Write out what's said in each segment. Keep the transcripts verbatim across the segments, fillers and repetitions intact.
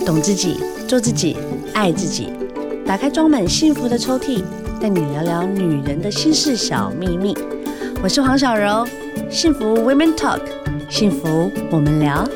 懂自己，做自己，爱自己。打开装满幸福的抽屉，带你聊聊女人的心事小秘密。我是黄小柔，幸福 Women Talk， 幸福我们聊。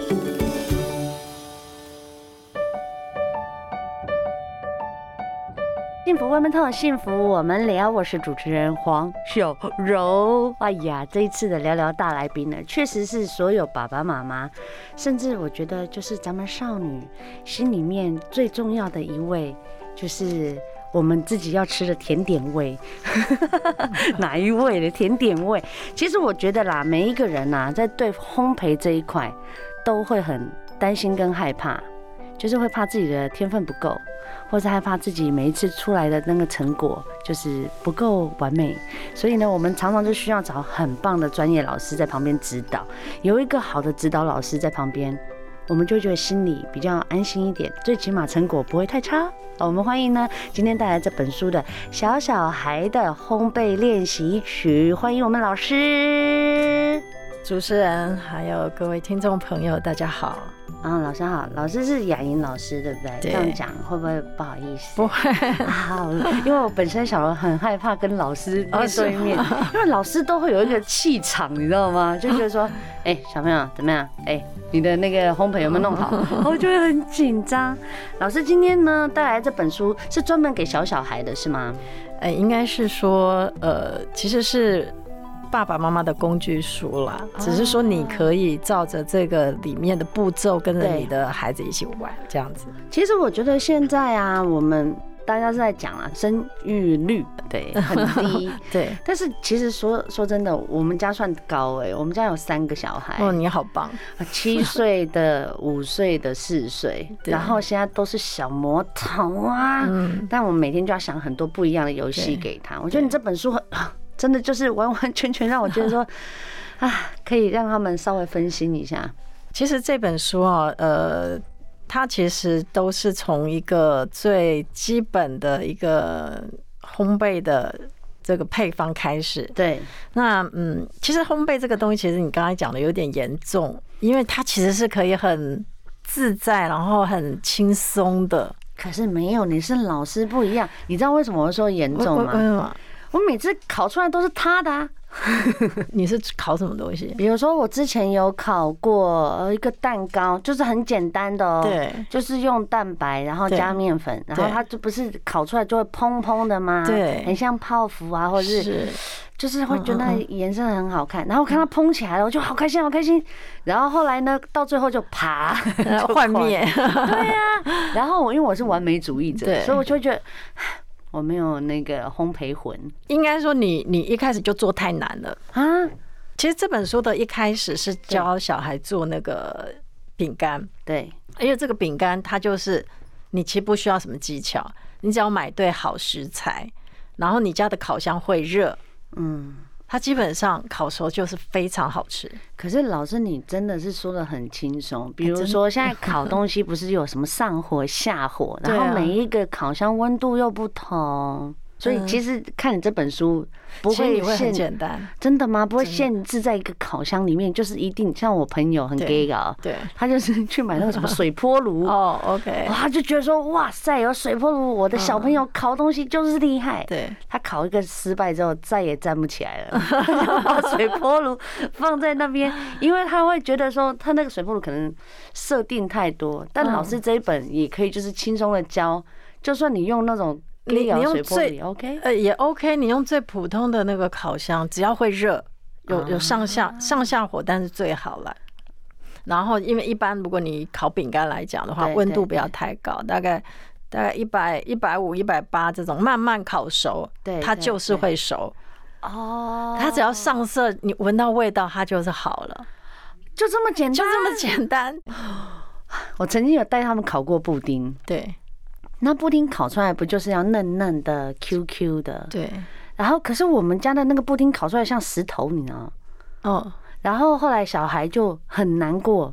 幸福 Women Talk， 幸福我们聊。我是主持人黄小柔。哎呀，这一次的聊聊大来宾呢，确实是所有爸爸妈妈，甚至我觉得就是咱们少女心里面最重要的一位，就是我们自己要吃的甜点味。哪一位的甜点味？其实我觉得啦，每一个人啊，在对烘焙这一块都会很担心跟害怕，就是会怕自己的天分不够，或是害怕自己每一次出来的那个成果就是不够完美，所以呢，我们常常就需要找很棒的专业老师在旁边指导。有一个好的指导老师在旁边，我们就觉得心里比较安心一点，最起码成果不会太差。我们欢迎呢，今天带来这本书的《小小孩的烘焙练习曲》，欢迎我们老师。 主持人还有各位听众朋友，大家好。 啊，老师好，老师是雅莹老师，对不对？ 对， 这样讲会不会不好意思？ 不会啊，因为我本身小柔很害怕跟老师面对面，哦、因为老师都会有一个气场，你知道吗？就觉得说，哎、欸，小朋友怎么样？哎、欸，你的那个烘焙有没有弄好？我就会很紧张。老师今天呢带来这本书是专门给小小孩的，是吗？ 哎、欸，应该是说，呃，其实是爸爸妈妈的工具书啦，只是说你可以照着这个里面的步骤跟着你的孩子一起玩，这样子。 其实我觉得现在啊，我们大家是在讲啊，生育率对很低，对。但是其实说说真的，我们家算高哎、欸，我们家有三个小孩。 哦，你好棒！ 七岁的、五岁的、四岁，然后现在都是小魔头啊。嗯。但我们每天就要想很多不一样的游戏给他。我觉得你这本书很。真的就是完完全全让我觉得说，啊，可以让他们稍微分心一下。 其实这本书啊，呃，它其实都是从一个最基本的一个烘焙的这个配方开始。 对， 那嗯，其实烘焙这个东西，其实你刚才讲的有点严重，因为它其实是可以很自在，然后很轻松的。 可是没有，你是老师不一样。你知道为什么我说严重吗？我每次烤出来都是他的啊。 你是烤什么东西？ 比如说我之前有烤过一个蛋糕，就是很简单的哦，对，就是用蛋白然后加面粉，然后它就不是烤出来就会蓬蓬的吗？对，很像泡芙啊，或者是就是会觉得那颜色很好看，然后看它蓬起来了，我就好开心好开心。然后后来呢，到最后就啪幻灭。 对呀，然后我因为我是完美主义者，所以我就会觉得。我没有那个烘焙魂， 应该说你你一开始就做太难了啊！其实这本书的一开始是教小孩做那个饼干，对，因为这个饼干它就是你其实不需要什么技巧，你只要买对好食材，然后你家的烤箱会热，嗯。它基本上烤熟就是非常好吃。 可是老师，你真的是说的很轻松。比如说，现在烤东西不是有什么上火、下火，然后每一个烤箱温度又不同，所以其实看你这本书不会很简单。 真的吗？不会限制在一个烤箱里面，就是一定像我朋友很 gay 搞，对，他就是去买那个什么水波炉哦 ，OK， 他就觉得说哇塞，有水波炉，我的小朋友烤东西就是厉害。对，他烤一个失败之后再也站不起来了，就把水波炉放在那边，因为他会觉得说他那个水波炉可能设定太多，但老师这一本也可以就是轻松的教，就算你用那种。 你你用最 OK 呃也 OK， 你用最普通的那个烤箱，只要会热，有有上下上下火，但是最好了。然后因为一般如果你烤饼干来讲的话，温度不要太高，大概大概一百一百五一百八这种慢慢烤熟，对，它就是会熟。哦，它只要上色，你闻到味道，它就是好了， 就这么简单， 就这么简单。 我曾经有带他们烤过布丁， 对。 那布丁烤出来不就是要嫩嫩的 Q Q 的？对。然后可是我们家的那个布丁烤出来像石头，你知道吗？哦。然后后来小孩就很难过，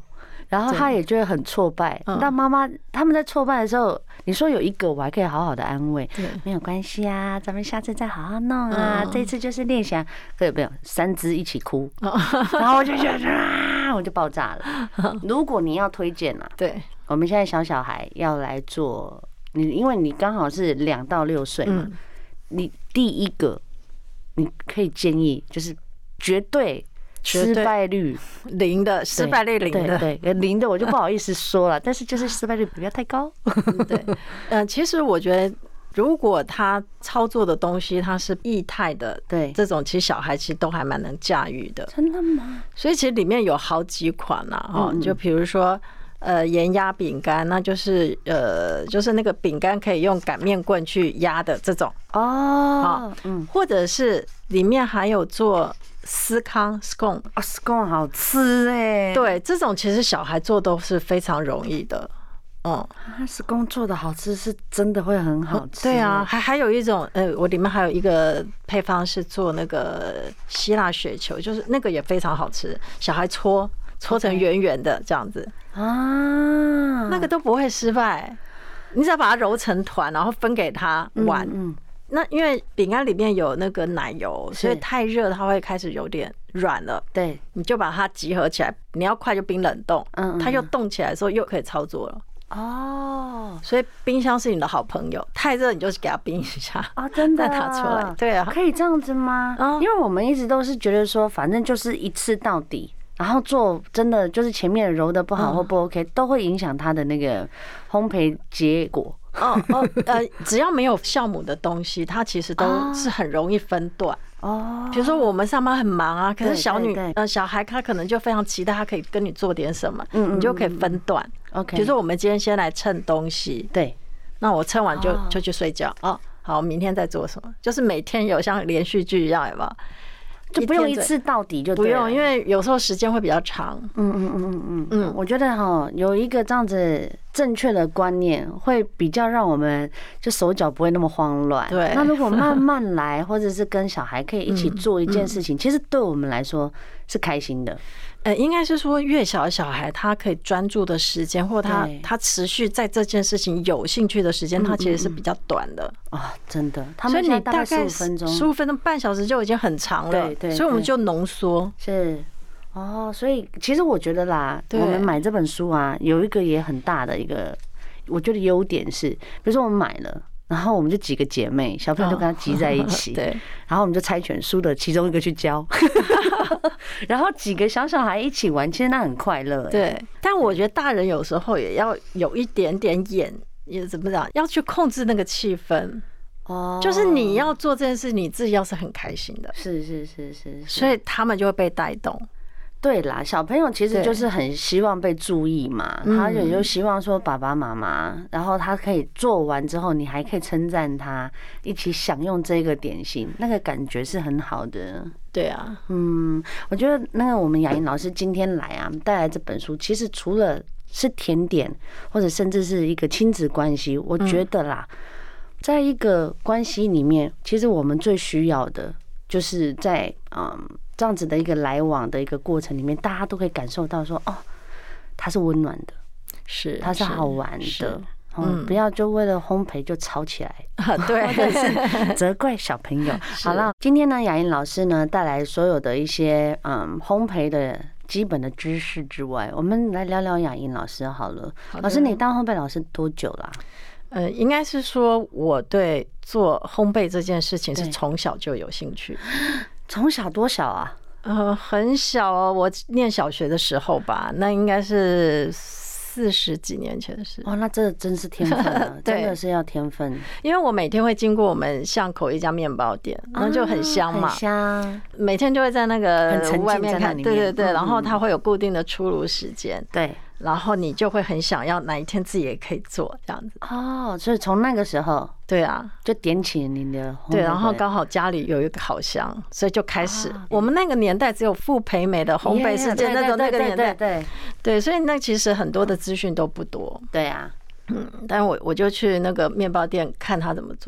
然后他也觉得很挫败。那妈妈他们在挫败的时候，你说有一个我还可以好好的安慰，没有关系啊，咱们下次再好好弄啊，这次就是练习啊。可有没有三只一起哭？然后我就觉得啊，我就爆炸了。如果你要推荐啊， 对， 我们现在小小孩要来做你，因为你刚好是两到六岁嘛，你第一个你可以建议就是绝对。失败率零的，失败率零的， 对对，零的我就不好意思说了，但是就是失败率不要太高。 对，嗯，其实我觉得，如果他操作的东西它是液态的，对，这种其实小孩其实都还蛮能驾驭的。 真的吗？ 所以其实里面有好几款啦，哈，就比如说。呃，盐压饼干，那就是呃，就是那个饼干可以用擀面棍去压的这种哦，嗯， 或者是里面还有做司康 scone 啊 ，scone 好吃哎， 对，这种其实小孩做都是非常容易的，嗯 ，scone 做的好吃是真的会很好吃， 对啊，还还有一种呃，我里面还有一个配方是做那个希腊雪球，就是那个也非常好吃，小孩搓。搓成圆圆的这样子啊，那个都不会失败。你只要把它揉成团，然后分给他玩。嗯，那因为饼干里面有那个奶油，所以太热它会开始有点软了。对，你就把它集合起来，你要快就冰冷冻，嗯，它又冻起来的时候又可以操作了。哦，所以冰箱是你的好朋友，太热你就给它冰一下啊，真的再拿出来。对啊， 可以这样子吗？因为我们一直都是觉得说，反正就是一次到底。然后做真的就是前面揉的不好或不 OK， 都会影响它的那个烘焙结果。 哦哦呃，只要没有酵母的东西，它其实都是很容易分段。哦，比如说我们上班很忙啊，可是小女呃小孩他可能就非常期待，他可以跟你做点什么，你就可以分段。OK， 比如说我们今天先来称东西，对，那我称完就就去睡觉。哦，好，明天再做什么？就是每天有像连续剧一样，有没有？ 就不用一次到底就不用，因为有时候时间会比较长。嗯嗯嗯嗯嗯嗯，我觉得哈有一个这样子正确的观念，会比较让我们就手脚不会那么慌乱。对，那如果慢慢来，或者是跟小孩可以一起做一件事情，其实对我们来说是开心的。 呃，应该是说越小的小孩，他可以专注的时间，或他他持续在这件事情有兴趣的时间，他其实是比较短的啊，真的。所以你大概十五分钟， 十五分钟、半小时就已经很长了。对对，所以我们就浓缩。 是哦，所以其实我觉得啦，我们买这本书啊，有一个也很大的一个，我觉得优点是，比如说我们买了。然后我们就几个姐妹，小朋友就跟他集在一起，对，然后我们就猜拳输的其中一个去教，然后几个小小孩一起玩，其实那很快乐。 对，但我觉得大人有时候也要有一点点演，也怎么讲，要去控制那个气氛。哦，就是你要做这件事，你自己要是很开心的， 是是是是， 所以他们就会被带动。 对啦，小朋友其实就是很希望被注意嘛，他也就希望说爸爸妈妈，然后他可以做完之后，你还可以称赞他，一起享用这个点心，那个感觉是很好的。 对啊， 嗯，我觉得那个我们雅莹老师今天来啊，带来这本书，其实除了是甜点，或者甚至是一个亲子关系，我觉得啦，在一个关系里面，其实我们最需要的就是在嗯。这样子的一个来往的一个过程里面，大家都可以感受到说，哦，它是温暖的，是它是好玩的，嗯，不要就为了烘焙就吵起来， 对， 或者是责怪小朋友。好了，今天呢，雅莹老师呢带来所有的一些嗯烘焙的基本的知识之外，我们来聊聊雅莹老师好了。老师，你当烘焙老师多久啦？ 呃，应该是说我对做烘焙这件事情是从小就有兴趣。 从小多小啊？ 呃，很小哦，我念小学的时候吧，那应该是四十几年前的事。 哦，那这真是天分了，真的是要天分。 因为我每天会经过我们巷口一家面包店，那就很香嘛， 很香。 每天就会在那个外面看，对对对，然后它会有固定的出炉时间，对。然后你就会很想要哪一天自己也可以做这样子哦，所以从那个时候， 对啊， 就点起你的烘焙对，然后刚好家里有一个烤箱，所以就开始。我们那个年代只有傅培梅的烘焙世界那种那个年代，对对，所以那其实很多的资讯都不多， 对啊， 嗯，但我我就去那个面包店看他怎么做，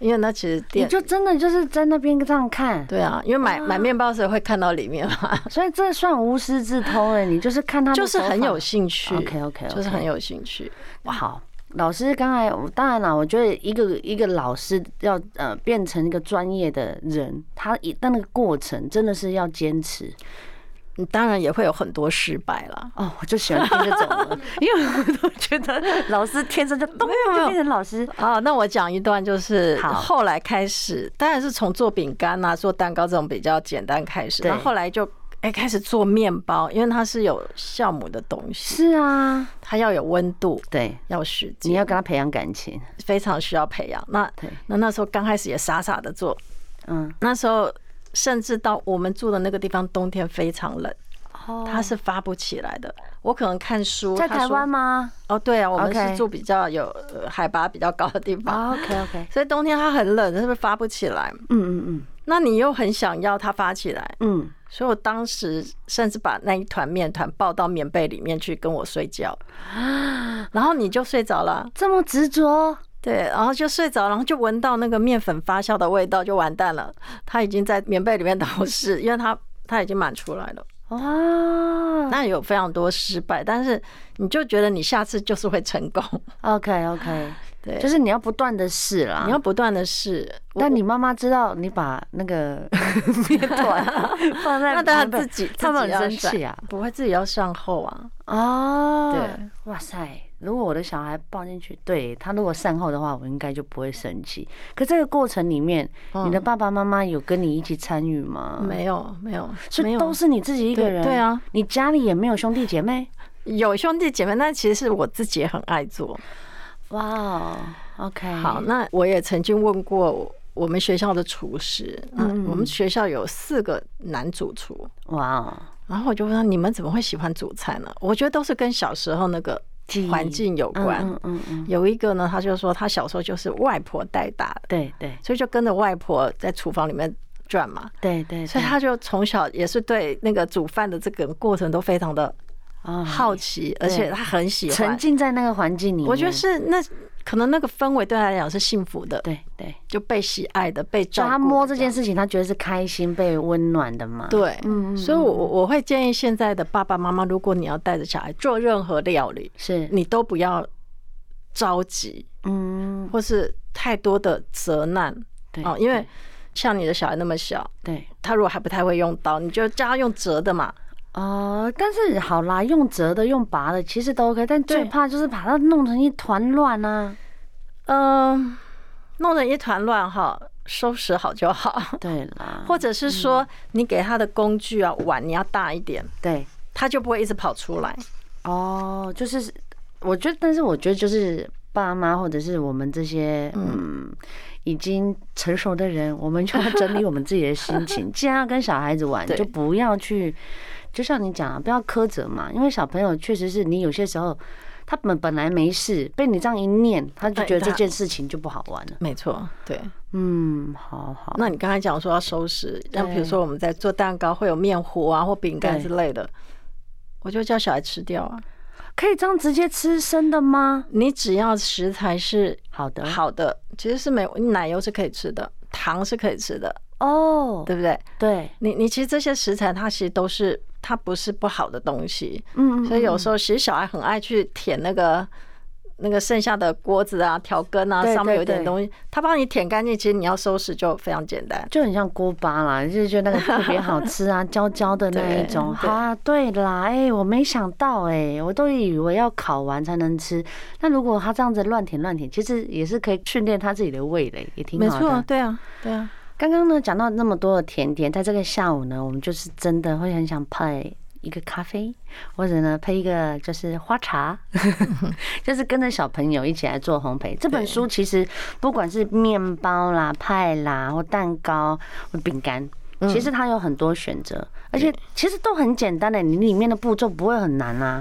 因为那其实店你就真的就是在那边这样看。 对啊，因为买买面包的时候会看到里面嘛， 所以这算无师自通哎，你就是看他就是很有兴趣。 OK OK， 就是很有兴趣。 好，老师刚才当然了，我觉得一个一个老师要呃变成一个专业的人，他一但那个过程真的是要坚持。 当然也会有很多失败啦。 哦，我就喜欢听这种的，因为我都觉得老师天生就咚就变成老师啊。那我讲一段，就是后来开始，当然是从做饼干啊、做蛋糕这种比较简单开始，然后后来就哎开始做面包，因为它是有酵母的东西。 是啊， 它要有温度， 对， 要时间， 你要跟他培养感情， 非常需要培养。那那那时候刚开始也傻傻的做，嗯，那时候。甚至到我们住的那个地方，冬天非常冷，它是发不起来的。我可能看书， 在台湾吗？ 哦，对啊，我们是住比较有海拔比较高的地方。 OK OK， 所以冬天它很冷，是不是发不起来？嗯嗯嗯。那你又很想要它发起来，嗯，所以我当时甚至把那一团面团抱到棉被里面去跟我睡觉，然后你就睡着了， 这么执着。 对，然后就睡着，然后就闻到那个面粉发酵的味道，就完蛋了。它已经在棉被里面都是，因为它它已经满出来了。哇，那有非常多失败，但是你就觉得你下次就是会成功。 OK OK， 对， 就是你要不断的试啦， 你要不断的试。 但你妈妈知道你把那个面团放在， 那当然自己他们很生气啊， 不会自己要上后啊。 哦，对，哇塞。如果我的小孩抱进去，对他如果善后的话，我应该就不会生气。可这个过程里面，你的爸爸妈妈有跟你一起参与吗？ 没有，没有， 所以都是你自己一个人。 对啊， 你家里也没有兄弟姐妹？ 有兄弟姐妹，但其实是我自己也很爱做。 哇 ，OK， 好，那我也曾经问过我们学校的厨师，嗯，我们学校有四个男主厨，哇，然后我就问他，你们怎么会喜欢煮菜呢？我觉得都是跟小时候那个环境有关。嗯嗯嗯，有一个呢，他就说他小时候就是外婆带大的， 对对， 所以就跟着外婆在厨房里面转嘛， 对对， 所以他就从小也是对那个煮饭的这个过程都非常的好奇，而且他很喜欢沉浸在那个环境里面。 我觉得是那可能那个氛围对他来讲是幸福的， 对对， 就被喜爱的，被照顾的。 他摸这件事情，他觉得是开心、被温暖的嘛。 对，嗯，所以我我会建议现在的爸爸妈妈，如果你要带着小孩做任何料理， 是你都不要着急，嗯，或是太多的责难，对哦，因为像你的小孩那么小， 对， 他如果还不太会用刀，你就教他用折的嘛。 哦、呃，但是好啦，用折的、用拔的，其实都 OK， 但最怕就是把它弄成一团乱啊。 嗯、呃，弄成一团乱哈，收拾好就好。 对啦， 或者是说，你给他的工具啊，碗你要大一点， 对， 他就不会一直跑出来。 哦，就是我觉得，但是我觉得就是爸妈或者是我们这些嗯。已经成熟的人，我们就要整理我们自己的心情。既然要跟小孩子玩，就不要去，就像你讲，不要苛责嘛。因为小朋友确实是你有些时候，他们本来没事，被你这样一念，他就觉得这件事情就不好玩了。 没错，对， 嗯，好好。 那你刚才讲说要收拾，像比如说我们在做蛋糕会有面糊啊或饼干之类的，我就叫小孩吃掉啊。 可以这样直接吃生的吗？ 你只要食材是好的， 好的，其实是没有，奶油是可以吃的，糖是可以吃的哦， 对不对？ 对， 你你其实这些食材它其实都是它不是不好的东西，嗯，所以有时候其实小孩很爱去舔那个那个剩下的锅子啊、调羹啊，上面有点东西，他帮你舔干净，其实你要收拾就非常简单， 就很像锅巴啦，就是觉得那个特别好吃啊，焦焦的那一种。啊，对啦，哎、欸，我没想到、欸，哎，我都以为要烤完才能吃。那如果他这样子乱舔乱舔，其实也是可以训练他自己的味蕾，也挺好的。 没错，对啊，对啊。 刚刚呢讲到那么多的甜点，在这个下午呢，我们就是真的会很想配一个咖啡，或者呢配一个就是花茶，就是跟着小朋友一起来做烘焙。这本书其实不管是面包啦、派啦，或蛋糕、或饼干，其实它有很多选择，而且其实都很简单的，你里面的步骤不会很难啊。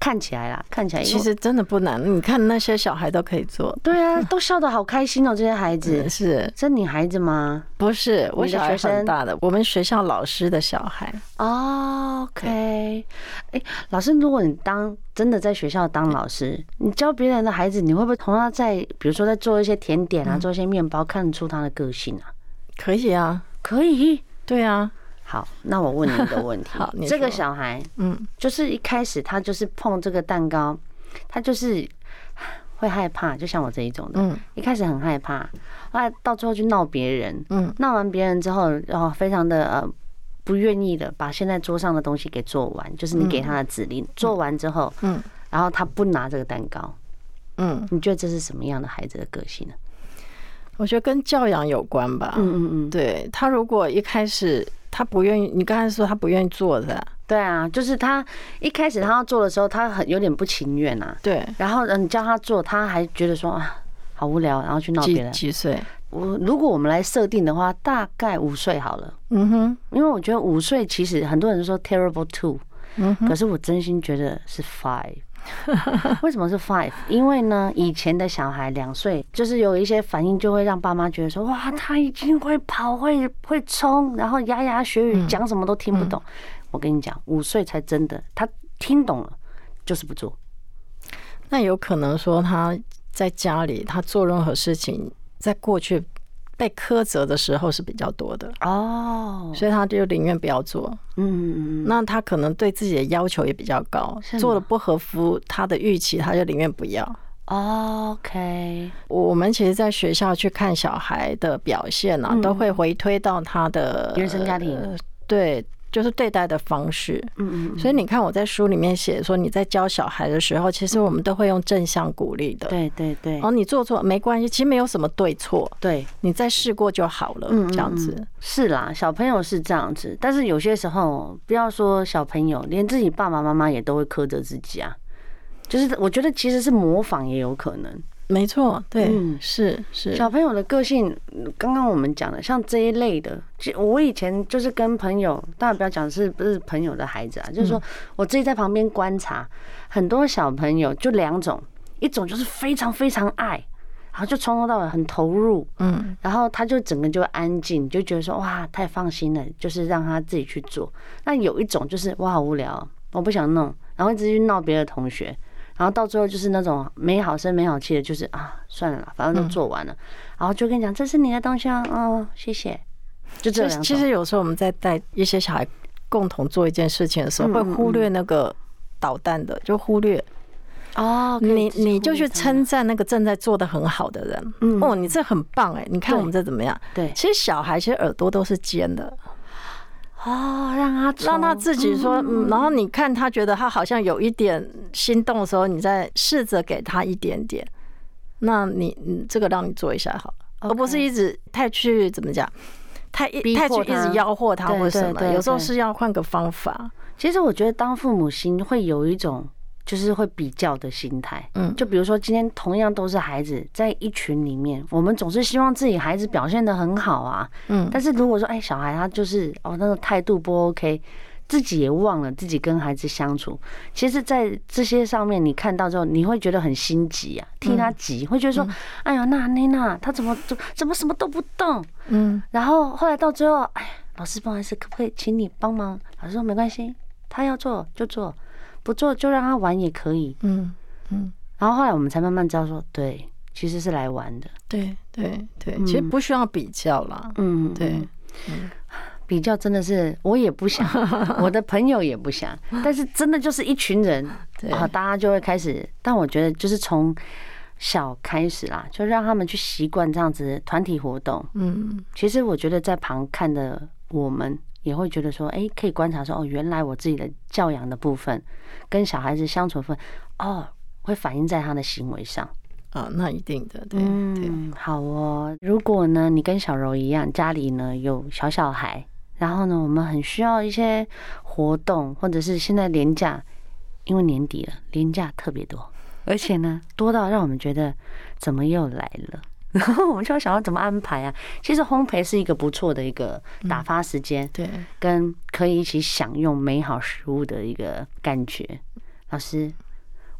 看起来啦，看起来其实真的不难。你看那些小孩都可以做。 对啊，都笑得好开心哦，这些孩子。 是， 是你孩子吗？ 不是，我小孩很大的，我们学校老师的小孩。 哦 OK， 哎，老师，如果你当真的在学校当老师，你教别人的孩子，你会不会同样在，比如说在做一些甜点啊，做一些面包，看出他的个性啊？ 可以啊， 可以。 对啊。 好，那我问你一个问题。 好， 这个小孩，嗯，就是一开始他就是碰这个蛋糕，他就是会害怕，就像我这一种的，嗯，一开始很害怕，后来到最后去闹别人，嗯，闹完别人之后，然后非常的呃不愿意的把现在桌上的东西给做完，就是你给他的指令，做完之后，嗯，然后他不拿这个蛋糕，嗯，你觉得这是什么样的孩子的个性呢？ 我觉得跟教养有关吧。嗯嗯嗯，对，他如果一开始他不愿意，你刚才说他不愿意做的。 对啊，就是他一开始他要做的时候，他很有点不情愿啊。 对， 然后你叫他做，他还觉得说啊好无聊，然后去闹别人。 几岁？ 我如果我们来设定的话，大概五岁好了。嗯哼，因为我觉得五岁其实很多人说 terrible two， 嗯哼，可是我真心觉得是 five。为什么是 five？ 因为呢，以前的小孩两岁，就是有一些反应，就会让爸妈觉得说，哇，他已经会跑、会会冲，然后牙牙学语，讲什么都听不懂。我跟你讲，五岁才真的，他听懂了，就是不做。 那有可能说他在家里，他做任何事情，在过去被苛责的时候是比较多的哦，所以他就宁愿不要做。嗯嗯嗯，那他可能对自己的要求也比较高，做的不合乎他的预期，他就宁愿不要。 OK， 我们其实在学校去看小孩的表现啊，都会回推到他的原生家庭。 对。就是对待的方式，嗯嗯，所以你看我在书里面写说，你在教小孩的时候，其实我们都会用正向鼓励的， 对对对。 哦，你做错没关系，其实没有什么对错， 对， 你再试过就好了，这样子。 是啦，小朋友是这样子，但是有些时候，不要说小朋友，连自己爸爸妈妈也都会苛责自己啊。就是我觉得其实是模仿也有可能。 没错，对，嗯，是是。 小朋友的个性，刚刚我们讲的，像这一类的，我以前就是跟朋友，当然不要讲是不是朋友的孩子啊，就是说我自己在旁边观察，很多小朋友就两种，一种就是非常非常爱，然后就从头到尾很投入，嗯，然后他就整个就安静，就觉得说哇太放心了，就是让他自己去做。那有一种就是哇好无聊，我不想弄，然后一直去闹别的同学。然后到最后就是那种没好声没好气的，就是啊算了啦，反正都做完了，然后就跟你讲这是你的东西啊，哦谢谢，就这样。 其实有时候我们在带一些小孩共同做一件事情的时候，会忽略那个捣蛋的，就忽略哦，你你就去称赞那个正在做的很好的人，哦你这很棒哎，你看我们这怎么样？对，其实小孩其实耳朵都是尖的。 哦，让他让他自己说，嗯，然后你看他觉得他好像有一点心动的时候，你再试着给他一点点。那你，你这个让你做一下好，而不是一直太去怎么讲，太太去一直吆喝他或什么。有时候是要换个方法。 其实我觉得当父母亲会有一种。就是会比较的心态，嗯，就比如说今天同样都是孩子，在一群里面，我们总是希望自己孩子表现得很好啊，嗯，但是如果说哎小孩他就是哦那个态度不 OK， 自己也忘了自己跟孩子相处，其实，在这些上面你看到之后，你会觉得很心急啊，替他急，会觉得说，哎呀那妮娜他怎么怎么什么都不动，嗯，然后后来到最后，哎老师不好意思，可不可以请你帮忙？老师说没关系，他要做就做。不做就让他玩也可以，嗯嗯，然后后来我们才慢慢知道说，对，其实是来玩的， 对对对，其实不需要比较啦，嗯，对， 比较真的是我也不想，我的朋友也不想，但是真的就是一群人，啊，大家就会开始，但我觉得就是从小开始啦，就让他们去习惯这样子团体活动，嗯，其实我觉得在旁看的我们。也会觉得说，哎，可以观察说，哦，原来我自己的教养的部分，跟小孩子相处的部分，哦，会反映在他的行为上。 啊，那一定的，对， 嗯，好哦。如果呢，你跟小柔一样，家里呢有小小孩，然后呢，我们很需要一些活动，或者是现在连假，因为年底了，连假特别多，而且呢，多到让我们觉得怎么又来了。然后我们就要想要怎么安排啊？其实烘焙是一个不错的一个打发时间，对，跟可以一起享用美好食物的一个感觉。老师，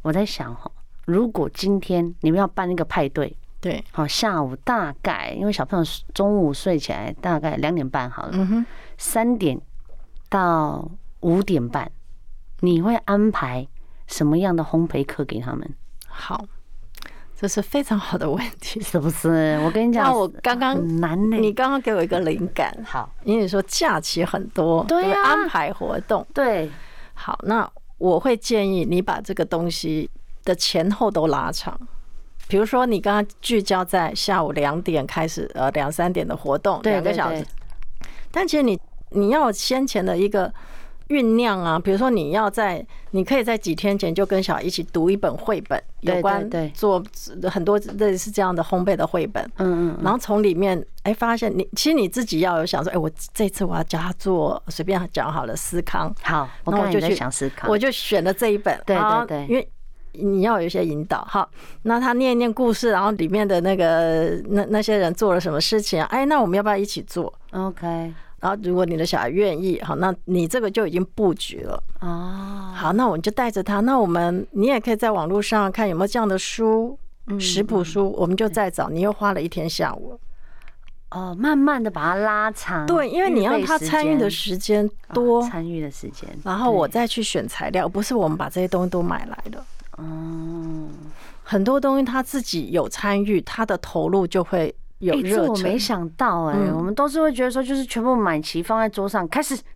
我在想哈，如果今天你们要办一个派对， 对， 好，下午大概因为小朋友中午睡起来大概两点半好了，嗯哼，三点到五点半，你会安排什么样的烘焙课给他们？ 好，这是非常好的问题， 是不是？我跟你讲， 我刚刚难呢， 你刚刚给我一个灵感， 好， 因为你说假期很多， 对呀， 安排活动， 对， 好，那我会建议你把这个东西的前后都拉长。比如说，你刚刚聚焦在下午两点开始，呃，两三点的活动，两个小时。但其实你你要先前的一个酝酿啊，比如说你要在，你可以在几天前就跟小孩一起读一本绘本，有关做很多类似这样的烘焙的绘本，嗯嗯，然后从里面哎发现你其实你自己要有想说，哎，我这次我要教他做随便讲好了司康， 好，我刚才就在想司康， 我就选了这一本， 对对对， 因为。你要有一些引导，好，那他念一念故事，然后里面的那个那那些人做了什么事情，哎，那我们要不要一起做 ？OK。 然后如果你的小孩愿意，好，那你这个就已经布局了哦。好，那我们就带着他，那我们你也可以在网络上看有没有这样的书，食谱书，我们就再找。你又花了一天下午。 哦，慢慢的把它拉长， 对，因为你让他参与的时间多， 参与的时间， 然后我再去选材料，不是我们把这些东西都买来的。哦，很多东西他自己有参与，他的投入就会有热忱。 这我没想到哎、欸嗯，我们都是会觉得说，就是全部买齐放在桌上开始。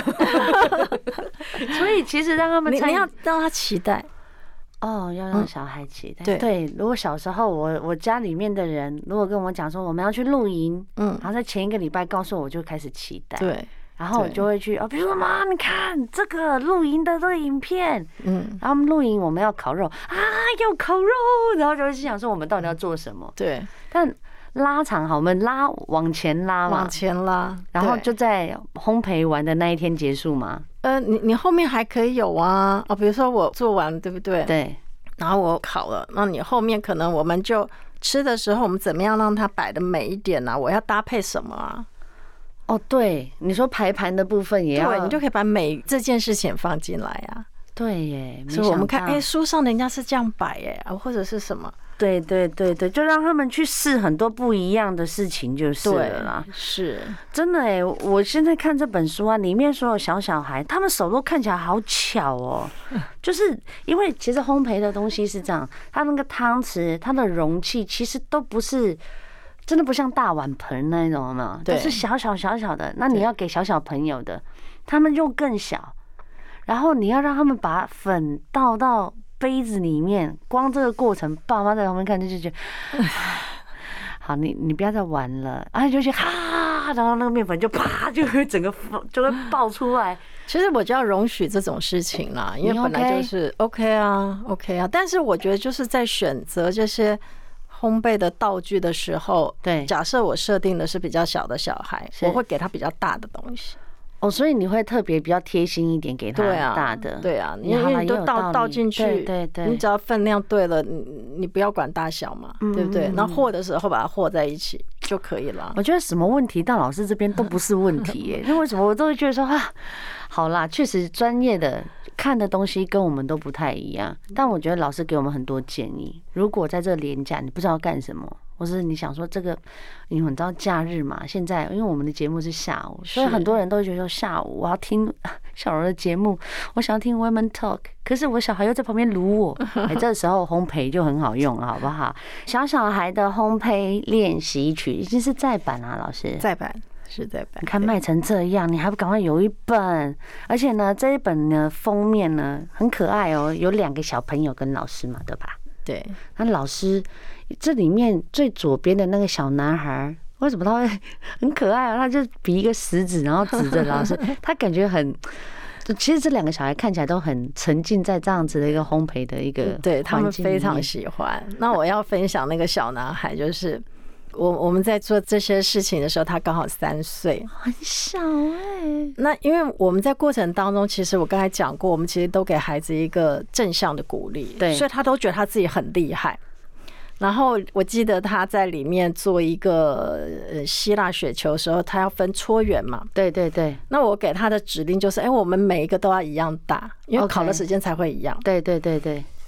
所以其实让他们你你要让他期待。 哦，要让小孩期待。嗯、对，如果小时候我我家里面的人如果跟我讲说我们要去露营，嗯，然后在前一个礼拜告诉我，我就开始期待。 对。 然后我就会去哦，比如说妈，你看这个露营的这个影片，嗯，然后露营我们要烤肉啊，要烤肉，然后就会想说我们到底要做什么？ 对， 但拉长好，我们拉往前拉嘛， 往前拉， 然后就在烘焙完的那一天结束嘛。 呃，你你后面还可以有啊，哦，比如说我做完，对不对？ 对， 然后我烤了，那你后面可能我们就吃的时候，我们怎么样让它摆的美一点啊？我要搭配什么啊？ 哦，对，你说排盘的部分也要， 对，你就可以把美这件事情放进来啊。 对耶， 所以我们看，哎，书上人家是这样摆耶，啊，或者是什么？ 对对对对，就让他们去试很多不一样的事情就是了啦。 是， 真的哎，我现在看这本书啊，里面所有小小孩，他们手都看起来好巧哦。就是因为其实烘焙的东西是这样，它那个汤匙、它的容器其实都不是。真的不像大碗盆那种，有没有？都是小小小小的。那你要给小小朋友的，他们就更小。然后你要让他们把粉倒到杯子里面，光这个过程，爸妈在旁边看就觉得，好，你你不要再玩了，然后就觉得哈，然后那个面粉就啪就会整个就会爆出来。 其实我就要容许这种事情啦，因为本来就是 OK 啊 ，OK 啊。但是我觉得就是在选择这些。烘焙的道具的时候， 对， 假设我设定的是比较小的小孩，我会给他比较大的东西。 哦，所以你会特别比较贴心一点，给他大的。 对啊，因为你都倒倒进去， 对对对， 你只要分量对了，你你不要管大小嘛，对不对？那和的时候把它和在一起就可以了。 我觉得什么问题到老师这边都不是问题耶，那为什么我都会觉得说啊，好啦，确实专业的。看的东西跟我们都不太一样，但我觉得老师给我们很多建议。如果在这个连假你不知道干什么，或是你想说这个，你们知道假日嘛？现在因为我们的节目是下午，所以很多人都会觉得说下午我要听小柔的节目，我想要听 Women Talk， 可是我小孩又在旁边撸我，哎，这时候烘焙就很好用了，好不好？小小孩的烘焙练习曲已经是再版了，老师再版。是在版， 你看卖成这样，你还不赶快有一本？而且呢，这一本呢封面呢很可爱哦，有两个小朋友跟老师嘛，对吧？ 对。 那老师这里面最左边的那个小男孩，为什么他会很可爱啊？他就比一个食指，然后指着老师，他感觉很。其实这两个小孩看起来都很沉浸在这样子的一个烘焙的一个， 对他们非常喜欢。那我要分享那个小男孩，就是。我我们在做这些事情的时候，他刚好三岁， 很小哎、欸。 那因为我们在过程当中，其实我刚才讲过，我们其实都给孩子一个正向的鼓励， 对， 所以他都觉得他自己很厉害。然后我记得他在里面做一个呃希腊雪球的时候，他要分搓圆嘛， 对对对。 那我给他的指令就是，哎，我们每一个都要一样大，因为烤的时间才会一样。 对对对对。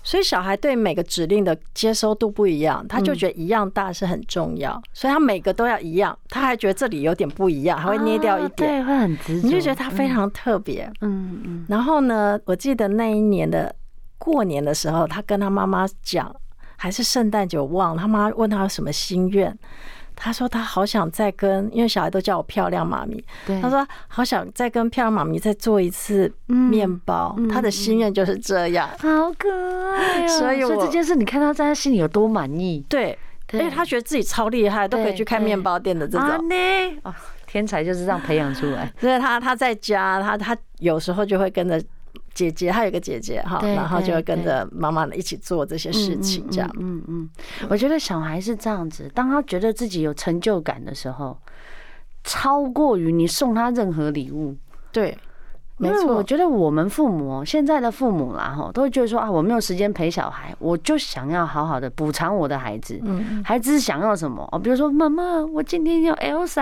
所以小孩对每个指令的接收度不一样，他就觉得一样大是很重要，嗯、所以他每个都要一样，他还觉得这里有点不一样，还会捏掉一点， 啊、对，会很执着， 你就觉得他非常特别。 嗯嗯。 然后呢，我记得那一年的过年的时候，他跟他妈妈讲，还是圣诞节我忘了，他妈问他有什么心愿。他说他好想再跟，因为小孩都叫我漂亮妈咪，他说好想再跟漂亮妈咪再做一次面包，嗯、他的心愿就是这样， 好可爱啊！所以我，所以这件事你看他在他心里有多满意， 对，因为他觉得自己超厉害，都可以去开面包店的这种。 啊，天才就是这样培养出来。 所以他他在家，他他有时候就会跟着姐姐，还有一个姐姐哈，然后就会跟着妈妈一起做这些事情，这样。 嗯嗯，我觉得小孩是这样子，当他觉得自己有成就感的时候，超过于你送他任何礼物。 对。 因为我觉得我们父母现在的父母啦，哈，都会觉得说啊，我没有时间陪小孩，我就想要好好的补偿我的孩子。嗯，孩子想要什么？哦，比如说妈妈，我今天要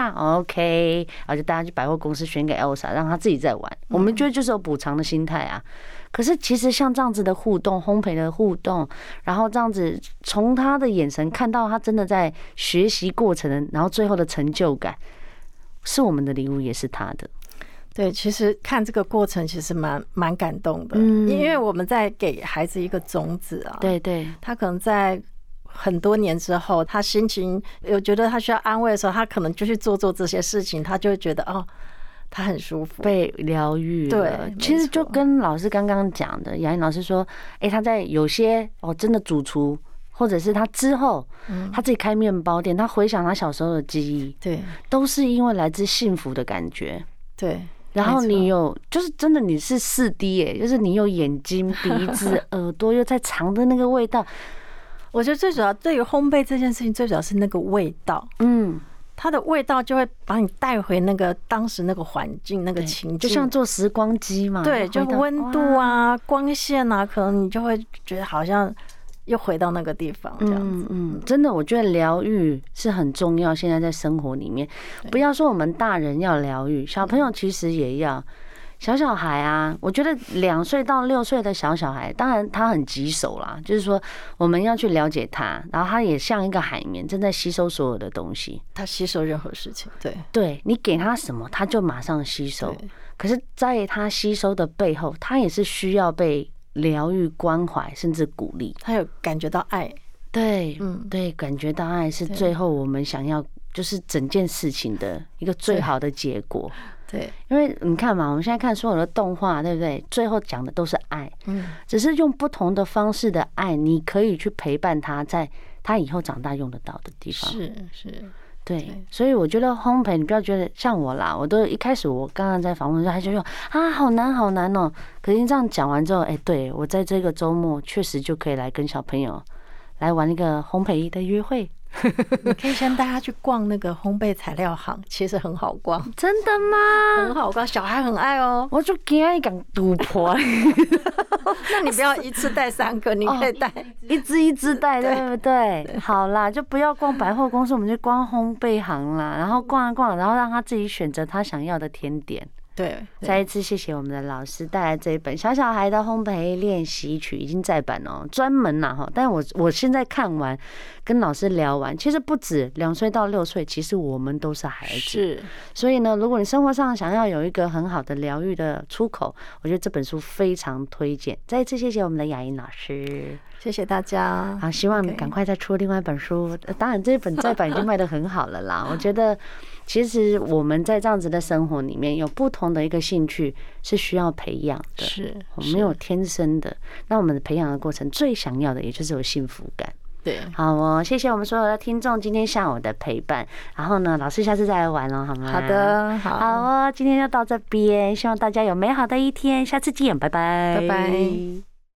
Elsa，OK， 然后就大家去百货公司选给 Elsa， 让他自己在玩。我们觉得就是有补偿的心态啊。可是其实像这样子的互动，烘焙的互动，然后这样子从他的眼神看到他真的在学习过程的，然后最后的成就感，是我们的礼物，也是他的。 对，其实看这个过程其实蛮蛮感动的，嗯，因为我们在给孩子一个种子啊， 对对， 他可能在很多年之后，他心情有觉得他需要安慰的时候，他可能就去做做这些事情，他就会觉得哦，他很舒服， 被疗愈。对，其实就跟老师刚刚讲的，雅颖老师说，哎，他在有些哦，真的主厨。或者是他之后，他自己开面包店，他回想他小时候的记忆， 对， 都是因为来自幸福的感觉， 对。 然后你有，就是真的你是四 D 耶，就是你有眼睛、鼻子、耳朵，又在尝的那个味道。 我觉得最主要对于烘焙这件事情，最主要是那个味道，嗯，它的味道就会把你带回那个当时那个环境、那个情境， 就像做时光机嘛。 对，就温度啊、光线啊，可能你就会觉得好像又回到那个地方这样子。 嗯嗯，真的，我觉得疗愈是很重要。现在在生活里面，不要说我们大人要疗愈，小朋友其实也要。小小孩啊，我觉得两岁到六岁的小小孩，当然他很棘手啦，就是说我们要去了解他，然后他也像一个海绵，正在吸收所有的东西。 他吸收任何事情，对对，你给他什么，他就马上吸收。可是，在他吸收的背后，他也是需要被疗愈、关怀，甚至鼓励。 他有感觉到爱， 对，嗯，对，感觉到爱是最后我们想要，就是整件事情的一个最好的结果。 对， 因为你看嘛，我们现在看所有的动画，对不对？最后讲的都是爱，嗯，只是用不同的方式的爱，你可以去陪伴他，在他以后长大用得到的地方。 是是。 对，所以我觉得烘焙，你不要觉得像我啦，我都一开始我刚刚在访问的时候，他就说啊，好难好难哦。可是这样讲完之后，哎，对我在这个周末确实就可以来跟小朋友来玩一个烘焙的约会。 你可以先带他去逛那个烘焙材料行，其实很好逛。 真的吗？ 很好逛，小孩很爱哦。 我就惊一讲赌婆。 那你不要一次带三个，你可以带一只一只带，对不对？好啦，就不要逛百货公司，我们就逛烘焙行啦，然后逛一逛，然后让他自己选择他想要的甜点。 对， 再一次谢谢我们的老师带来这一本《小小孩的烘焙练习曲》，已经再版哦，专门啦哈。但我我现在看完，跟老师聊完，其实不止两岁到六岁，其实我们都是孩子。 是， 所以呢，如果你生活上想要有一个很好的疗愈的出口，我觉得这本书非常推荐。再一次谢谢我们的雅颖老师， 谢谢大家。 好，希望你赶快再出另外一本书。当然，这一本再版已经卖得很好了啦。我觉得，其实我们在这样子的生活里面，有不同的一个兴趣是需要培养的， 是我们没有天生的。那我们的培养的过程，最想要的也就是有幸福感。 对， 好哦，谢谢我们所有的听众今天下午的陪伴。然后呢，老师下次再来玩哦，好吗？ 好的，好， 好哦，今天就到这边，希望大家有美好的一天，下次见，拜拜， 拜拜。